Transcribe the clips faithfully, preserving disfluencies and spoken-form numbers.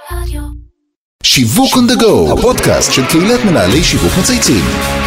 שיווק on the go, הפודקאסט של קהילת מנהלי שיווק מצייצים.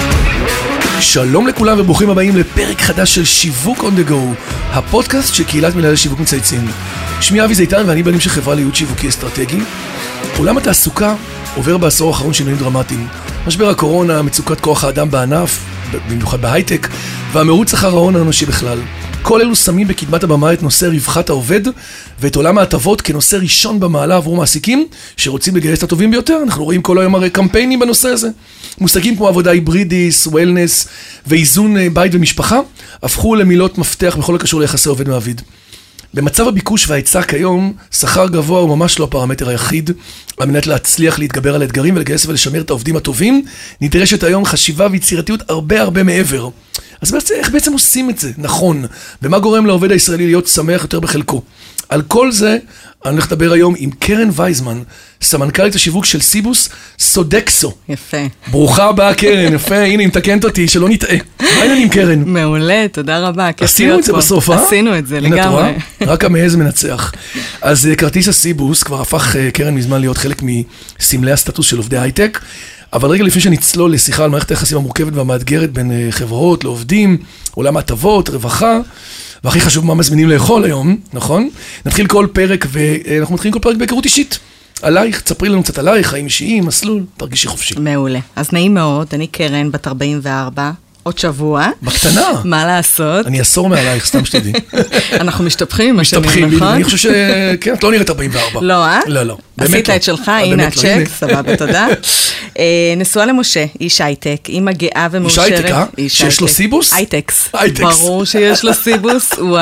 שלום לכולם וברוכים הבאים לפרק חדש של שיווק on the go, הפודקאסט של קהילת מנהלי שיווק מצייצים. שמי אבי זיתן ואני בעלים של חברה לייעוץ שיווקי אסטרטגי. עולם התעסוקה עובר בעשור האחרון שינויים דרמטיים. משבר הקורונה, מצוקת כוח האדם בענף, במיוחד בהייטק, והמרוץ אחר ההון האנושי בכלל. כל אלו שמים בקדמת הבמה את נושא רווחת העובד ואת עולם ההטבות כנושא ראשון במעלה עבור מעסיקים שרוצים לגייס את הטובים ביותר. אנחנו רואים כל היום הרי קמפיינים בנושא הזה. מושגים כמו עבודה היברידיס, וולנס ואיזון בית ומשפחה הפכו למילות מפתח בכל הקשור ליחסי עובד מעביד. במצב הביקוש וההיצע כיום, שכר גבוה הוא ממש לא הפרמטר היחיד. על מנת להצליח להתגבר על האתגרים ולגייס ולשמר את העובדים הטובים, נדרשת היום חשיבה ויצירתיות הרבה הרבה מעבר. אז בעצם, איך בעצם עושים את זה? נכון. ומה גורם לעובד הישראלי להיות שמח יותר בחלקו? על כל זה, אני הולך לדבר היום עם קרן וייזמן, סמנכ"לית השיווק של סיבוס סודקסו. יפה. ברוכה הבאה קרן, יפה, הנה, אם תקנת אותי, שלא נטעה. מה העניינים קרן? מעולה, תודה רבה. עשינו את זה בסוף, אה? עשינו את זה, לגמרי. רק המעז מנצח. אז כרטיס הסיבוס כבר הפך קרן מזמן להיות חלק מסמלי הסטטוס של עובדי הייטק, אבל רגע לפני שנצלול לשיחה על מערכת היחסים המורכבת והמאתגרת בין חברות לעובדים, עולם ההטבות, רווחה, והכי חשוב מה מזמינים לאכול היום, נכון? נתחיל כל פרק, ואנחנו מתחילים כל פרק בהיכרות אישית. עלייך, תספרי לנו קצת עלייך, חיים אישיים, מסלול, תרגישי חופשי. מעולה. אז נעים מאוד, אני קרן, בת ארבעים וארבע, עוד שבוע. בקטנה. מה לעשות? אני אסור מעלייך, סתם שתדעי. אנחנו משתפכים, משתפכים, נכון? אני חושב שכן, את לא נראית ארבעים וארבע. לא, אה? לא, לא. עשית את שלך, הנה הצ'ק, סבבה, תודה. נשואה למשה, איש הייטק, אימא גאה ומאושרת. איש הייטק, אה? שיש לו סיבוס? הייטקס. ברור שיש לו סיבוס, הוא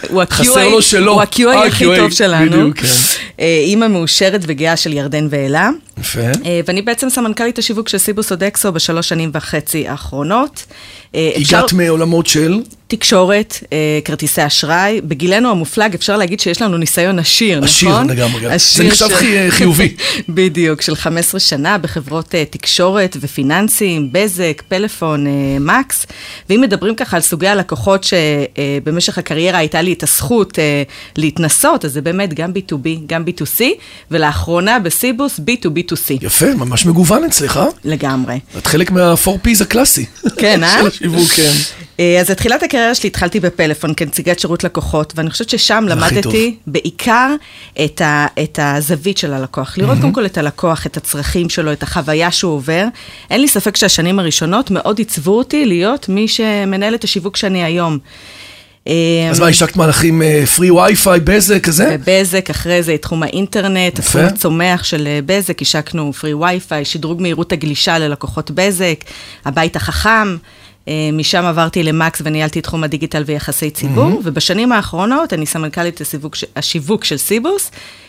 ה-קיו איי הכי טוב שלנו. אימא מאושרת וגאה של ירדן ואלה. יפה. ואני בעצם סמנכ"לית השיווק של סיבוס סודקסו בשלוש שנים וחצי האחרונות. הגעת מעולמות של? תקשורת, כרטיסי אשראי. בגילנו המופלג אפשר להגיד שיש לנו ניסיון עשיר, נכון? עשיר, לגמרי. זה נחשב חיובי. בדיוק, של חמש עשרה שנה בחברות תקשורת ופיננסים, בזק, פלאפון, מקס. ואם מדברים ככה על סוגי הלקוחות שבמשך הקריירה הייתה לי את הזכות להתנסות, אז זה באמת גם בי טו בי, גם בי טו סי, ולאחרונה בסיבוס בי טו בי טו סי. יפה, ממש מגוון אצלך. לגמרי. את חלק מה-פור פיז הקלאסי. כן, אה? של השיווק, כן. אז התחילת הקריירה שלי התחלתי בפלאפון כנציגת שירות לקוחות, ואני חושבת ששם למדתי בעיקר את, ה, את הזווית של הלקוח. לראות קודם כל את הלקוח, את הצרכים שלו, את החוויה שהוא עובר. אין לי ספק שהשנים הראשונות מאוד עיצבו אותי להיות מי שמנהל את השיווק שאני היום. אז מה, השקת מהלכים פרי וי-פיי, בזק, כזה? בבזק, אחרי זה תחום האינטרנט, התחום הצומח של בזק, השקנו פרי וי-פיי, שדרוג מהירות הגלישה ללקוחות בזק, הבית החכם, משם עברתי למקס וניהלתי את תחום הדיגיטל ויחסי ציבור, ובשנים האחרונות אני סמנכ"לית השיווק של סיבוס,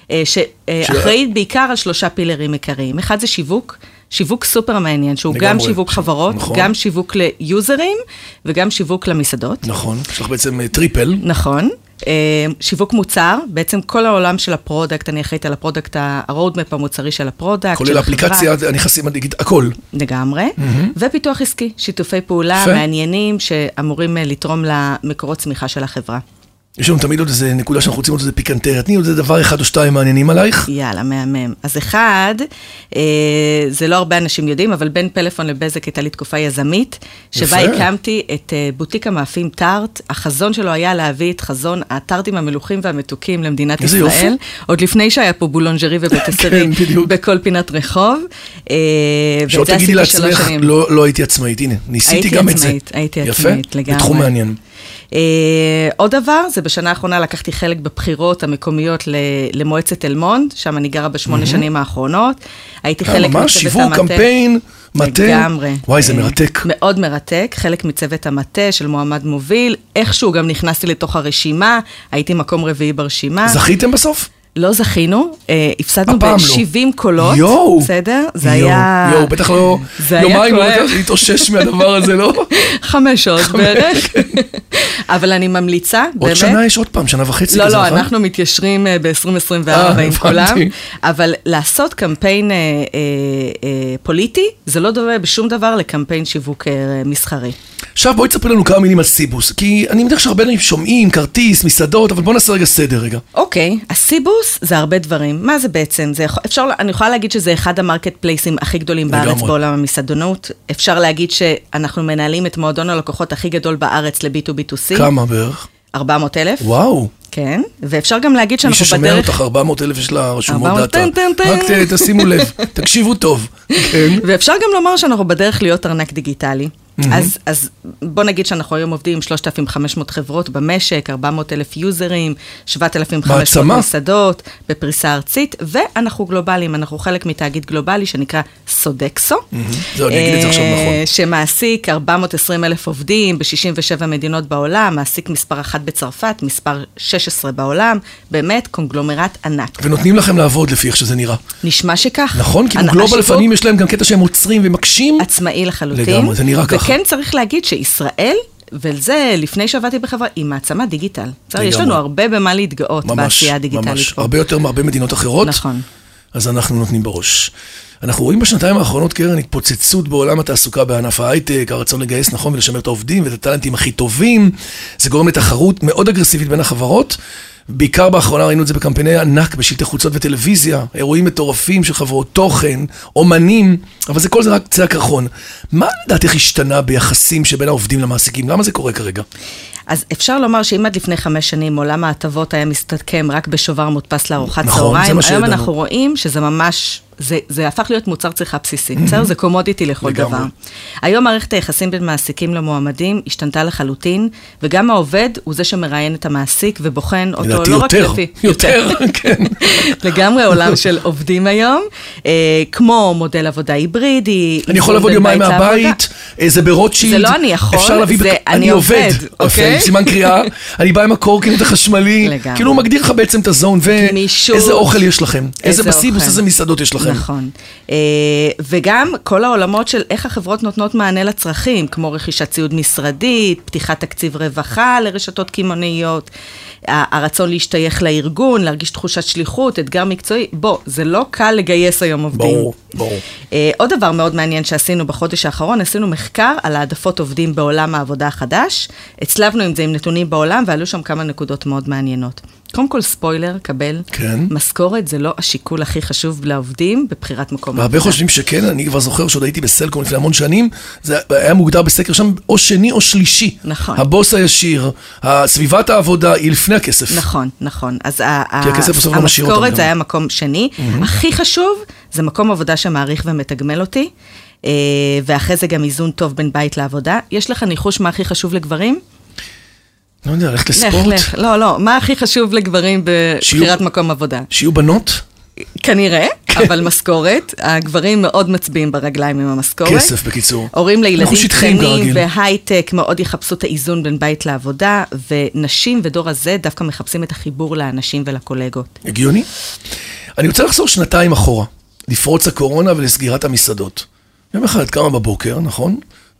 שאחראית בעיקר על שלושה פילרים עיקריים. אחד זה שיווק, שיווק סופר מעניין, שהוא גם שיווק חברות, גם שיווק ליוזרים, וגם שיווק למסעדות. נכון, יש לך בעצם טריפל. נכון. שיווק מוצר, בעצם כל העולם של הפרודקט, אני אחראית על הפרודקט, הרודמפ המוצרי של הפרודקט. כולל האפליקציה, הנכסים, הכל. לגמרי. ופיתוח עסקי, שיתופי פעולה מעניינים, שאמורים לתרום למקורות צמיחה של החברה. יש לנו תמיד עוד איזה נקודה שאנחנו רוצים עוד איזה פיקנטריה. תני עוד איזה דבר אחד או שתיים מעניינים עלייך. יאללה, מהמם. אז אחד, אה, זה לא הרבה אנשים יודעים, אבל בין פלאפון לבזק הייתה לי תקופה יזמית, שבה הקמתי את אה, בוטיק המאפים טארט. החזון שלו היה להביא את חזון הטארטים המלוכים והמתוקים למדינת ישראל. יופי. עוד לפני שהיה פה בולונג'רי ובטסרי בכל פינת רחוב. אה, שעוד תגידי לעצמך, לא, לא הייתי עצמאית. הנה, ניסיתי גם את זה. הייתי עצמאית, לגמרי. בתחום מעניין. Uh, עוד דבר, זה בשנה האחרונה לקחתי חלק בבחירות המקומיות למועצת תל מונד, שם אני גרה בשמונה mm-hmm. שנים האחרונות. הייתי חלק מצוות המטה. ממש, שיווק, קמפיין, מטה. לגמרי. וואי, זה מרתק. מאוד מרתק, חלק מצוות המטה של מועמד מוביל. איכשהו גם נכנסתי לתוך הרשימה, הייתי מקום רביעי ברשימה. זכיתם בסוף? לא זכינו, הפסדנו ב-שבעים קולות, בסדר? זה היה... יואו, בטח לא... יומיים לא להתאושש מהדבר הזה, לא? חמש שעות בערך. אבל אני ממליצה, באמת... עוד שנה יש עוד פעם, שנה וחצי. לא, לא, אנחנו מתיישרים ב-עשרים עשרים וארבע עם כולם, אבל לעשות קמפיין פוליטי, זה לא דומה בשום דבר לקמפיין שיווק מסחרי. עכשיו בואי תספר לנו כמה מילים על סיבוס, כי אני מניח שהרבה אנשים שומעים, כרטיס, מסעדות, אבל בואו נעשה רגע סדר רגע. אוקיי, הסיבוס פלוס זה הרבה דברים. מה זה בעצם? זה, אפשר, אני יכולה להגיד שזה אחד המרקט פלייסים הכי גדולים בארץ בעולם המסעדנות. אפשר להגיד שאנחנו מנהלים את מועדון הלקוחות הכי גדול בארץ ל-בי טו בי טו סי. כמה בערך? ארבע מאות אלף. וואו. כן, ואפשר גם להגיד שאנחנו בדרך... מי ששומע אותך, ארבע מאות אלף יש לה רשומות דאטה. ארבע מאות, טן, טן, טן. רק תשימו לב, תקשיבו טוב. ואפשר גם לומר שאנחנו בדרך להיות ארנק דיגיטלי. אז, אז בוא נגיד שאנחנו היום עובדים עם שלושת אלפים וחמש מאות חברות במשק, ארבע מאות אלף יוזרים, שבעת אלפים וחמש מאות מסעדות, בפריסה ארצית, ואנחנו גלובליים, אנחנו חלק מתאגיד גלובלי שנקרא סודקסו. זהו, אני אגיד את זה עכשיו נכון. שמעסיק ארבע מאות ועשרים אלף עובדים ב-שישים ושבע מדינות בעולם, מעסיק מספר אחת בצרפת, מספר שש עשרה בעולם, באמת קונגלומרט ענק. ונותנים לכם לעבוד לפי איך שזה נראה. נשמע שכך. נכון, כי גלובל לפעמים יש להם גם קטע שהם עוצרים ומקשים. עצמאי לחלוטין. לגמרי, זה נראה ככה. וכן צריך להגיד שישראל, וזה לפני שעבדתי בחברה, היא מעצמה דיגיטל. יש לנו הרבה במה להתגאות בעשייה הדיגיטלית. ממש, הרבה יותר מהרבה מדינות אחרות. נכון. אז אנחנו נותנים בראש. אנחנו רואים בשנתיים האחרונות, קרן, התפוצצות בעולם התעסוקה בענף ההייטק, הרצון לגייס נכון ולשמר את העובדים ואת הטלנטים הכי טובים. זה גורם לתחרות מאוד אגרסיבית בין החברות. בעיקר באחרונה ראינו את זה בקמפייני ענק, בשלטי חוצות וטלוויזיה, אירועים מטורפים של חברות תוכן, אומנים, אבל זה כל זה רק קצה הקרחון. מה לדעתך השתנה ביחסים שבין העובדים למעסיקים? למה זה קורה כרגע? אז אפשר לומר שאם עד לפני חמש שנים עולם ההטבות היה מסתכם רק בשובר מודפס לארוחת נכון, צהריים, היום אנחנו רואים שזה ממש, זה, זה הפך להיות מוצר צריכה בסיסי, בסדר? זה קומודיטי לכל לגמרי. דבר. היום מערכת היחסים בין מעסיקים למועמדים השתנתה לחלוטין, וגם העובד הוא זה שמראיין את המעסיק ובוחן אותו לא יותר, רק לפי... יותר, כן. לגמרי עולם של עובדים היום, אה, כמו מודל עבודה היברידי. אני יכול לעבוד יומיים מהבית, זה ברוטשילד. זה לא אני יכול, זה בק... אני עובד, אוקיי? סימן קריאה, אני בא עם הקורקינט החשמלי, כאילו הוא מגדיר לך בעצם את הזון, ואיזה אוכל יש לכם, איזה בסיבוס, איזה מסעדות יש לכם. נכון. וגם כל העולמות של איך החברות נותנות מענה לצרכים, כמו רכישת ציוד משרדית, פתיחת תקציב רווחה לרשתות קימוניות, הרצון להשתייך לארגון, להרגיש תחושת שליחות, אתגר מקצועי. בוא, זה לא קל לגייס היום עובדים. ברור, ברור. עוד דבר מאוד מעניין שעשינו בחודש האחרון, עשינו מחקר על העדפות עובדים בעולם העבודה החדש, הצלבנו עם זה עם נתונים בעולם, ועלו שם כמה נקודות מאוד מעניינות. קודם כל ספוילר, קבל, כן. משכורת זה לא השיקול הכי חשוב לעובדים בבחירת מקום. והרבה חושבים שכן, אני כבר זוכר שעוד הייתי בסלקום לפני המון שנים, זה היה מוגדר בסקר שם או שני או שלישי. נכון. הבוס הישיר, סביבת העבודה היא לפני הכסף. נכון, נכון. אז המשכורת זה היה מקום שני. הכי חשוב זה מקום עבודה שמעריך ומתגמל אותי, ואחרי זה גם איזון טוב בין בית לעבודה. יש לך ניחוש מה הכי חשוב לגברים? לא יודע, ללכת לספורט? לך, לך. לא, לא. מה הכי חשוב לגברים בבחירת מקום עבודה? שיהיו בנות? כנראה, אבל משכורת. הגברים מאוד מצביעים ברגליים עם המשכורת. כסף, בקיצור. הורים לילדים קטנים והייטק מאוד יחפשו את האיזון בין בית לעבודה, ונשים ודור הזה דווקא מחפשים את החיבור לאנשים ולקולגות. הגיוני? אני רוצה לחזור שנתיים אחורה, לפרוץ הקורונה ולסגירת המסעדות. יום אחד קמה בבוקר, נכון?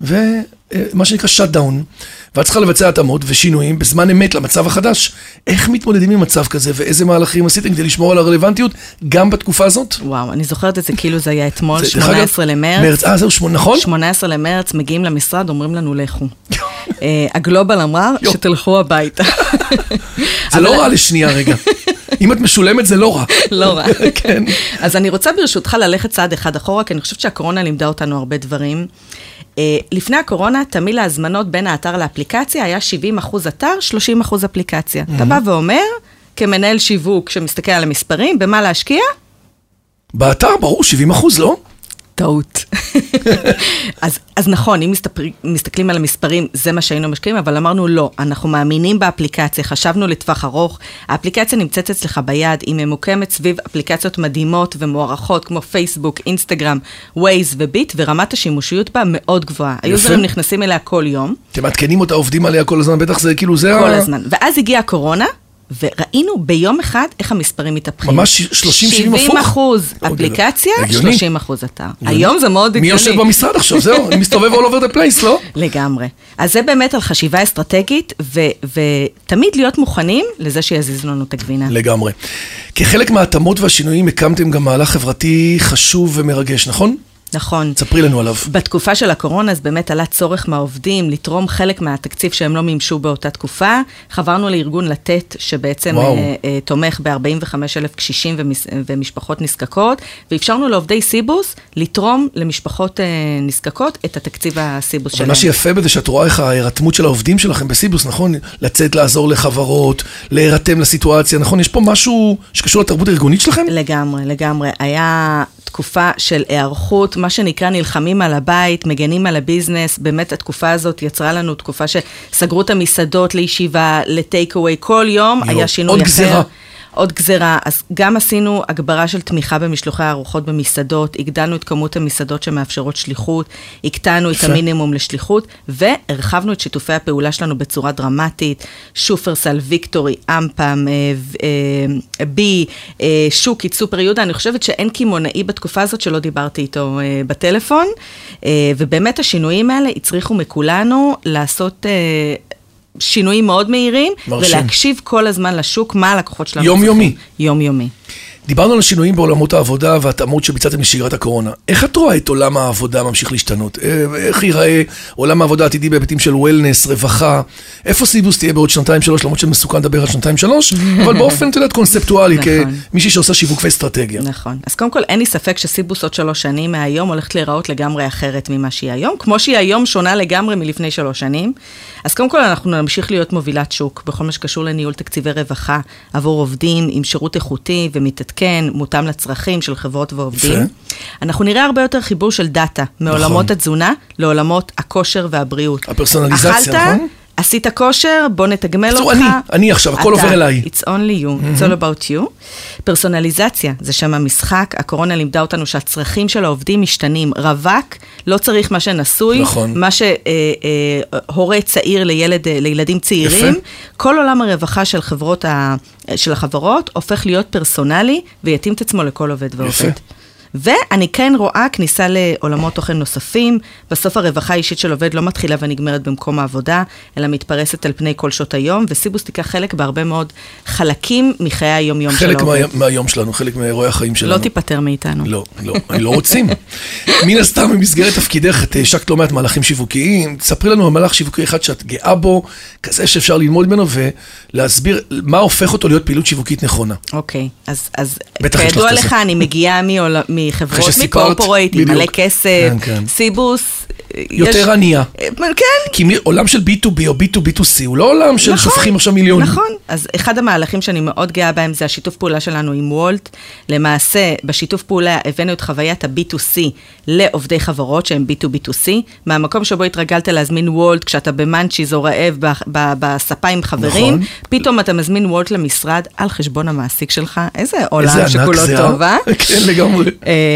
ומה שנקרא shut down, ואת צריכה לבצע התאמות ושינויים בזמן אמת למצב החדש. איך מתמודדים עם מצב כזה, ואיזה מהלכים עשיתם כדי לשמור על הרלוונטיות, גם בתקופה הזאת? וואו, אני זוכרת את זה כאילו זה היה אתמול, שמונה עשרה למרץ. אה, זהו, נכון? שמונה עשרה למרץ, מגיעים למשרד, אומרים לנו לכו. הגלובל אמר שתלכו הביתה. זה לא רע לשנייה רגע. אם את משולמת זה לא רע. לא רע. כן. אז אני רוצה ברשותך ללכת צעד אחד אחורה, כי אני חושבת שהקורונה לימדה אותנו הרבה דברים. לפני הקורונה, תמיל ההזמנות בין האתר לאפליקציה היה שבעים אחוז אתר, שלושים אחוז אפליקציה. אתה בא ואומר, כמנהל שיווק שמסתכל על המספרים, במה להשקיע? באתר, ברור, שבעים אחוז, לא? טעות. אז, אז נכון, אם מסתפר, מסתכלים על המספרים, זה מה שהיינו משקיעים, אבל אמרנו לא, אנחנו מאמינים באפליקציה, חשבנו לטווח ארוך, האפליקציה נמצאת אצלך ביד, היא ממוקמת סביב אפליקציות מדהימות ומוערכות, כמו פייסבוק, אינסטגרם, ווייז וביט, ורמת השימושיות בה מאוד גבוהה. היוזרים נכנסים אליה כל יום. אתם מעדכנים אותה, עובדים עליה כל הזמן, בטח זה כאילו זה... כל הזמן. ואז הגיעה הקורונה, וראינו ביום אחד איך המספרים מתהפכים. ממש שלושים שבעים הפוך? שבעים אחוז אפליקציה, שלושים אחוז אתר. היום זה מאוד הגיוני. מי יושב במשרד עכשיו? זהו, אני מסתובב all over the place, לא? לגמרי. אז זה באמת על חשיבה אסטרטגית, ותמיד להיות מוכנים לזה שיזיזו לנו את הגבינה. לגמרי. כחלק מההתאמות והשינויים, הקמתם גם מהלך חברתי חשוב ומרגש, נכון? נכון. ספרי לנו עליו. בתקופה של הקורונה, אז באמת עלה צורך מהעובדים לתרום חלק מהתקציב שהם לא מימשו באותה תקופה. חברנו לארגון לתת, שבעצם אה, תומך ב-ארבעים וחמישה אלף קשישים ומש, ומשפחות נזקקות, ואפשרנו לעובדי סיבוס לתרום למשפחות אה, נזקקות את התקציב הסיבוס שלהם. מה שיפה בזה שאת רואה איך ההירתמות של העובדים שלכם בסיבוס, נכון? לצאת, לעזור לחברות, להירתם לסיטואציה, נכון? יש פה משהו שקשור לתרבות הארגונית שלכם? לגמרי, לגמרי. היה תקופה של הערכות, מה שנקרא נלחמים על הבית, מגנים על הביזנס, באמת התקופה הזאת יצרה לנו תקופה שסגרו את המסעדות לישיבה, לטייק אווי, כל יום יו, היה שינוי עוד אחר. גזירה. עוד גזירה, אז גם עשינו הגברה של תמיכה במשלוחי הארוחות במסעדות, הגדלנו את כמות המסעדות שמאפשרות שליחות, הקטענו את המינימום לשליחות, והרחבנו את שיתופי הפעולה שלנו בצורה דרמטית, שופרסל, ויקטורי, אמפם, בי, שוקית, סופר יהודה, אני חושבת שאין כימונאי בתקופה הזאת שלא דיברתי איתו בטלפון, ובאמת השינויים האלה הצריכו מכולנו לעשות שינויים מאוד מהירים, מרשים. ולהקשיב כל הזמן לשוק, מה הלקוחות שלנו. יומיומי. יומיומי. דיברנו על השינויים בעולמות העבודה והתאמות שביצעתם לשגרת הקורונה. איך את רואה את עולם העבודה ממשיך להשתנות? איך ייראה עולם העבודה העתידי בהיבטים של וולנס, רווחה? איפה סיבוס תהיה בעוד שנתיים שלוש, למרות שמסוכן לדבר על שנתיים שלוש, אבל באופן, אתה יודעת, קונספטואלי, כמישהי שעושה שיווק ואסטרטגיה. נכון. אז קודם כל, אין לי ספק שסיבוס עוד שלוש שנים מהיום הולכת להיראות לגמרי אחרת ממה שהיא היום, כמו שהיא היום שונה לגמרי מלפני שלוש שנים. אז קודם כל, אנחנו נמשיך להיות מובילת שוק, בכל מה שקשור לניהול תקציבי רווחה, עבור עובדים עם שירות איכותי ומתעדכן, מותאם לצרכים של חברות ועובדים. אנחנו נראה הרבה יותר חיבור של דאטה, מעולמות התזונה לעולמות הכושר והבריאות. הפרסונליזציה, נכון? עשית כושר, בוא נתגמל אותך. אני, אני עכשיו, הכל עובר אליי. It's only you, it's all about you. פרסונליזציה, זה שם המשחק, הקורונה לימדה אותנו שהצרכים של העובדים משתנים. רווק, לא צריך מה שנשוי, נכון. מה שהורה צעיר לילד, לילדים צעירים. יפה. כל עולם הרווחה של חברות, של החברות הופך להיות פרסונלי, ויתאים את עצמו לכל עובד ועובד. יפה. ואני כן רואה כניסה לעולמות תוכן נוספים, בסוף הרווחה האישית של עובד לא מתחילה ונגמרת במקום העבודה, אלא מתפרסת על פני כל שעות היום, וסיבוס תיקח חלק בהרבה מאוד חלקים מחיי היום-יום של העובד. חלק מהיום שלנו, חלק מאירועי החיים שלנו. לא תיפטר מאיתנו. לא, לא, אני לא רוצים. מן הסתם, במסגרת תפקידך, את השקת לא מעט מהלכים שיווקיים, תספרי לנו על מהלך שיווקי אחד שאת גאה בו, כזה שאפשר ללמוד ממנו, ולהסביר מה הופך אותו להיות פעילות שיווקית נכונה. אוקיי, אז, אז כידוע לך, אני מגיעה מחברות, מקורפורייט, עם מלא כסף, סיבוס. יותר ענייה. כן. כי עולם של בי טו בי או בי טו בי טו סי, הוא לא עולם של שופכים עכשיו מיליונים. נכון. אז אחד המהלכים שאני מאוד גאה בהם, זה השיתוף פעולה שלנו עם וולט. למעשה, בשיתוף פעולה הבאנו את חוויית ה-בי טו סי לעובדי חברות, שהם בי טו בי טו סי, מהמקום שבו התרגלת להזמין וולט, כשאתה במנצ'יז או רעב בספה עם חברים, פתאום אתה מזמין וולט למשרד על חשבון המעסיק שלך. איזה עולם שכולו טוב, אה? כן, לגמרי.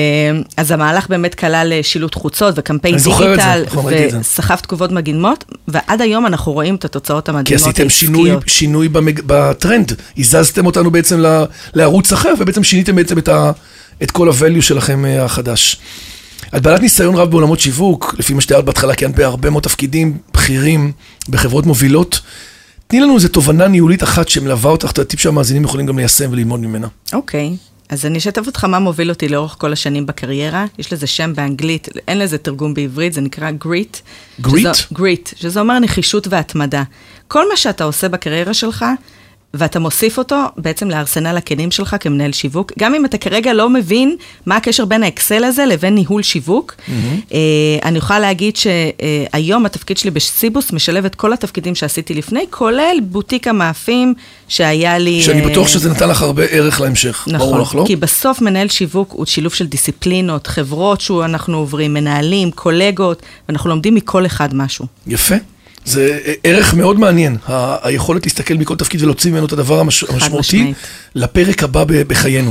אז המהלך באמת כלל שילוט חוצות וקמפיין דיגיטל, וסחף תגובות מגניבות, ועד היום אנחנו רואים את התוצאות המדהימות העסקיות. כי עשיתם שינוי, שינוי בטרנד, הזזתם אותנו בעצם לערוץ אחר, ובעצם שיניתם בעצם את, ה, את כל ה-value שלכם החדש. את בעלת ניסיון רב בעולמות שיווק, לפי מה שתיארת בהתחלה, כי אין בהרבה מאוד תפקידים בכירים בחברות מובילות. תני לנו איזו תובנה ניהולית אחת שמלווה אותך, את הטיפ שהמאזינים יכולים גם ליישם וללמוד ממנה. אוקיי. אז אני אשתף אותך מה מוביל אותי לאורך כל השנים בקריירה. יש לזה שם באנגלית, אין לזה תרגום בעברית, זה נקרא גריט. גריט? גריט, שזה אומר נחישות והתמדה. כל מה שאתה עושה בקריירה שלך, ואתה מוסיף אותו בעצם לארסנל הכלים שלך כמנהל שיווק, גם אם אתה כרגע לא מבין מה הקשר בין האקסל הזה לבין ניהול שיווק. Mm-hmm. אני יכולה להגיד שהיום התפקיד שלי בסיבוס משלב את כל התפקידים שעשיתי לפני, כולל בוטיק המאפים שהיה לי... שאני בטוח שזה נתן לך הרבה ערך להמשך. נכון, ברור לך, לא? כי בסוף מנהל שיווק הוא שילוב של דיסציפלינות, חברות שאנחנו עוברים, מנהלים, קולגות, ואנחנו לומדים מכל אחד משהו. יפה. זה ערך מאוד מעניין, ה- היכולת להסתכל מכל תפקיד ולהוציא ממנו את הדבר המש... המשמעותי לפרק הבא בחיינו.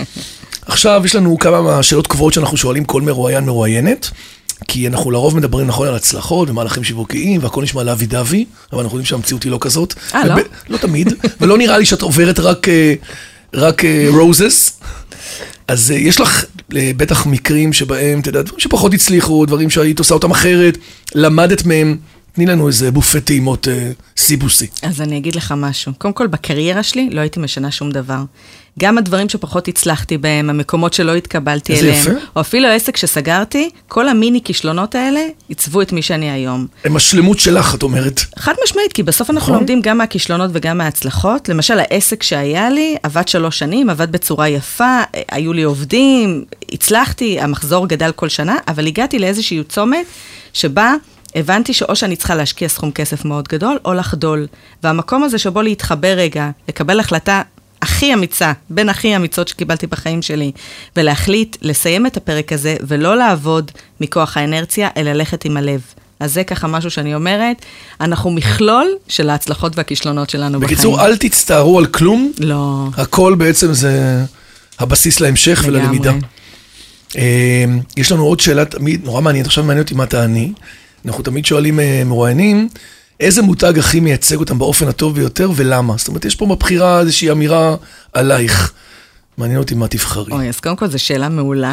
עכשיו יש לנו כמה מהשאלות קבועות שאנחנו שואלים כל מרואיין מרואיינת, כי אנחנו לרוב מדברים נכון על הצלחות ומהלכים שיווקיים, והכל נשמע לאבי דווי, אבל אנחנו יודעים שהמציאות היא לא כזאת. אה, לא? וב... לא תמיד, ולא נראה לי שאת עוברת רק, רק רוזס. אז יש לך בטח מקרים שבהם, תדע, דברים שפחות הצליחו, דברים שהיית עושה אותם אחרת, למדת מהם, תני לנו איזה בופט טעימות אה, סיבוסי. אז אני אגיד לך משהו. קודם כל, בקריירה שלי לא הייתי משנה שום דבר. גם הדברים שפחות הצלחתי בהם, המקומות שלא התקבלתי אליהם, יפה. או אפילו העסק שסגרתי, כל המיני כישלונות האלה עיצבו את מי שאני היום. הם השלמות שלך, את אומרת. חד משמעית, כי בסוף אנחנו לומדים גם מהכישלונות וגם מההצלחות. למשל, העסק שהיה לי, עבד שלוש שנים, עבד בצורה יפה, היו לי עובדים, הצלחתי, המחזור גדל כל שנה, אבל הגעתי לאיזושהי צומת שבה הבנתי שאו שאני צריכה להשקיע סכום כסף מאוד גדול, או לחדול. והמקום הזה שבו להתחבר רגע, לקבל החלטה הכי אמיצה, בין הכי אמיצות שקיבלתי בחיים שלי, ולהחליט לסיים את הפרק הזה, ולא לעבוד מכוח האנרציה, אלא ללכת עם הלב. אז זה ככה משהו שאני אומרת, אנחנו מכלול של ההצלחות והכישלונות שלנו בחיים. בקיצור, אל תצטערו על כלום. לא. הכל בעצם זה הבסיס להמשך וללמידה. יש לנו עוד שאלה תמיד, נורא מעניינת, עכשיו מעניין אותי מה תעני. אנחנו תמיד שואלים מרואיינים, איזה מותג הכי מייצג אותם באופן הטוב ביותר ולמה? זאת אומרת, יש פה בבחירה איזושהי אמירה עלייך. מעניין אותי מה תבחרי. אוי, אז קודם כל זו שאלה מעולה.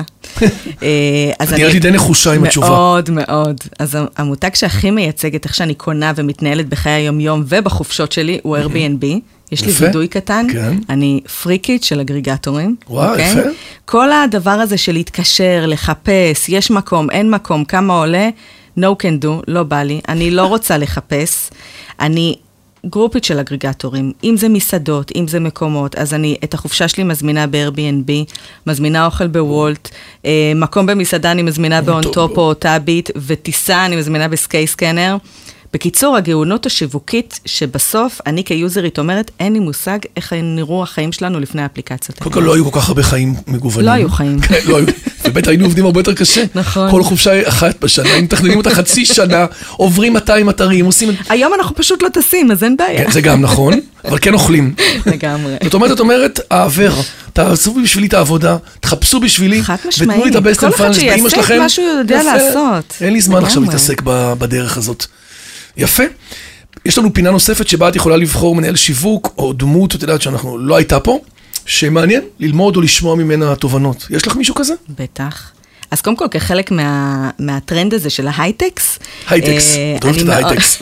אני נראית לי די נחושה עם התשובה. מאוד מאוד. אז המותג שהכי מייצג את איך שאני קונה ומתנהלת בחיי היום-יום ובחופשות שלי הוא Airbnb. יש לי וידוי קטן, אני פריקית של אגריגטורים. וואו, יפה. כל הדבר הזה של להתקשר, לחפש, יש מקום, אין מקום, כמה עולה, no can do, לא בא לי, אני לא רוצה לחפש, אני גרופית של אגריגטורים, אם זה מסעדות, אם זה מקומות, אז אני את החופשה שלי מזמינה ב-Airbnb, מזמינה אוכל בוולט, מקום במסעדה אני מזמינה באונטופ או טאביט, וטיסה אני מזמינה בסקי סקנר. בקיצור, הגאונות השיווקית שבסוף אני כיוזרית אומרת, אין לי מושג איך נראו החיים שלנו לפני האפליקציות. קודם כל לא היו כל כך הרבה חיים מגוונים. לא היו חיים. לא היו, ובטח היינו עובדים הרבה יותר קשה. נכון. כל חופשה אחת בשנה, אם מתכננים אותה חצי שנה, עוברים מאתיים אתרים, עושים... היום אנחנו פשוט לא טסים, אז אין בעיה. זה גם נכון, אבל כן אוכלים. לגמרי. זאת אומרת, את אומרת, העבר, תעשו בשבילי את העבודה, תחפשו בשבילי, ותנו לי את הבסט אנפאנס באמא שלכם. כל אחד שיעשה משהו יודע לעשות. אין לי זמן עכשיו להתעסק בדרך הזאת. יפה. יש לנו פינה נוספת שבה את יכולה לבחור מנהל שיווק או דמות, את יודעת שאנחנו לא הייתה פה, שמעניין ללמוד או לשמוע ממנה תובנות. יש לך מישהו כזה? בטח. אז קודם כל, כחלק מה, מהטרנד הזה של ההייטקס. הייטקס, את אוהבת את ההייטקס.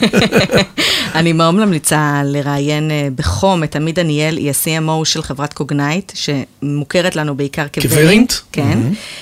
אני מאוד ממליצה לראיין בחום את עמית דניאל, היא ה-סי אם או של חברת קוגנייט, שמוכרת לנו בעיקר כוורינט. כן.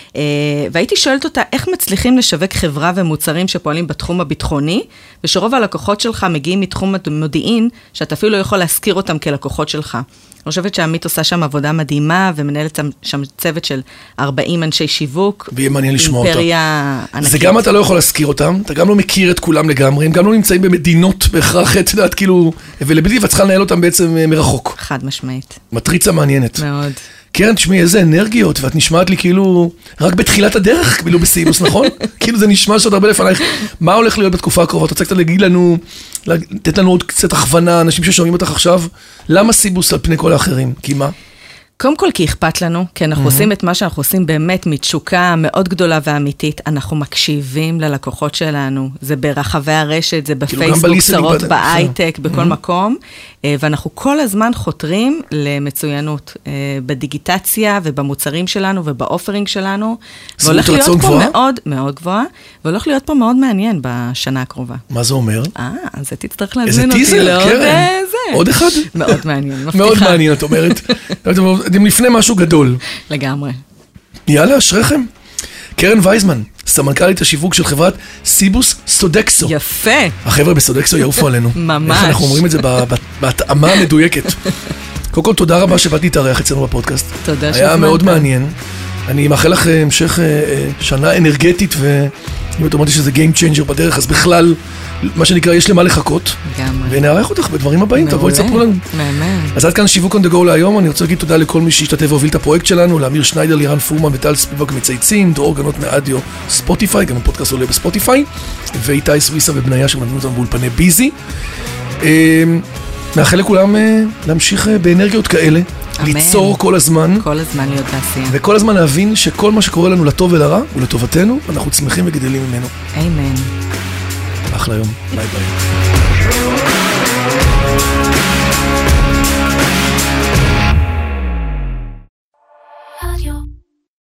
והייתי שואלת אותה, איך מצליחים לשווק חברה ומוצרים שפועלים בתחום הביטחוני, ושרוב הלקוחות שלך מגיעים מתחום המודיעין, שאתה אפילו לא יכול להזכיר אותם כלקוחות שלך. אני חושבת שעמית עושה שם עבודה מדהימה, ומנהלת שם צוות של ארבעים אנשי שיווק. ויהיה מעניין לשמוע אותה. אימפריה ענקית. זה גם אתה לא יכול להזכיר אותם, אתה גם לא מכיר את כולם לגמרי, הם גם לא נמצאים במדינות בהכרח, את יודעת, כאילו, ולבדי, ואת צריכה לנהל אותם בעצם מרחוק. חד משמעית. מטריצה מעניינת. מאוד. קרן, תשמעי, איזה אנרגיות, ואת נשמעת לי כאילו, רק בתחילת הדרך, כאילו בסיבוס, נכון? כאילו זה נשמע שעוד הרבה לפנייך. מה הולך להיות בתקופה הקרובה? אתה רוצה קצת להגיד לנו, לתת לנו עוד קצת הכוונה, אנשים ששומעים אותך עכשיו, למה סיבוס על פני כל האחרים? כי מה? קודם כל כי אכפת לנו, כי אנחנו עושים את מה שאנחנו עושים באמת מתשוקה מאוד גדולה ואמיתית, אנחנו מקשיבים ללקוחות שלנו, זה ברחבי הרשת, זה בפייסבוק, שרות בהייטק, בכל מקום, ואנחנו כל הזמן חותרים למצוינות, בדיגיטציה ובמוצרים שלנו ובאופרינג שלנו, והולך להיות פה מאוד, מאוד גבוהה, והולך להיות פה מאוד מעניין בשנה הקרובה. מה זה אומר? אה, אז זה תצטרך להזמין אותי לעוד זה. עוד אחד? מאוד מעניין, מבטיחה. מאוד מעניין, את אומרת. אתם לפני משהו גדול. לגמרי. יאללה, אשריכם. קרן וייזמן, סמנכ"לית השיווק של חברת סיבוס סודקסו. יפה. החבר'ה בסודקסו יעופו עלינו. ממש. איך אנחנו אומרים את זה בהתאמה המדויקת. קודם כל, תודה רבה שבאת להתארח אצלנו בפודקאסט. תודה שהזמנת. היה מאוד מעניין. אני מאחל לך המשך שנה אנרגטית, ואם את אומרת שזה Game Changer בדרך, אז בכלל, מה שנקרא, יש למה לחכות. גם. ונערך אותך בדברים הבאים, תבואי תספרו לנו. מאמן. אז עד כאן שיווק on the go להיום, אני רוצה להגיד תודה לכל מי שהשתתף והוביל את הפרויקט שלנו, לאמיר שניידר, לירן פורמן וטל ספיבק מצייצים, דרור גנות מאדיו ספוטיפיי, גם הפודקאסט עולה בספוטיפיי, ואיתי סוויסה ובניה שמנדנו אותם באולפני ביזי. מאחל לכולם להמשיך באנרגיות כאלה, ליצור כל הזמן. כל הזמן להיות בעשייה. וכל הזמן להבין שכל מה שקורה לנו לטוב ולרע הוא לטובתנו, ואנחנו צמחים וגדלים ממנו. אמן. אחלה יום. ביי ביי.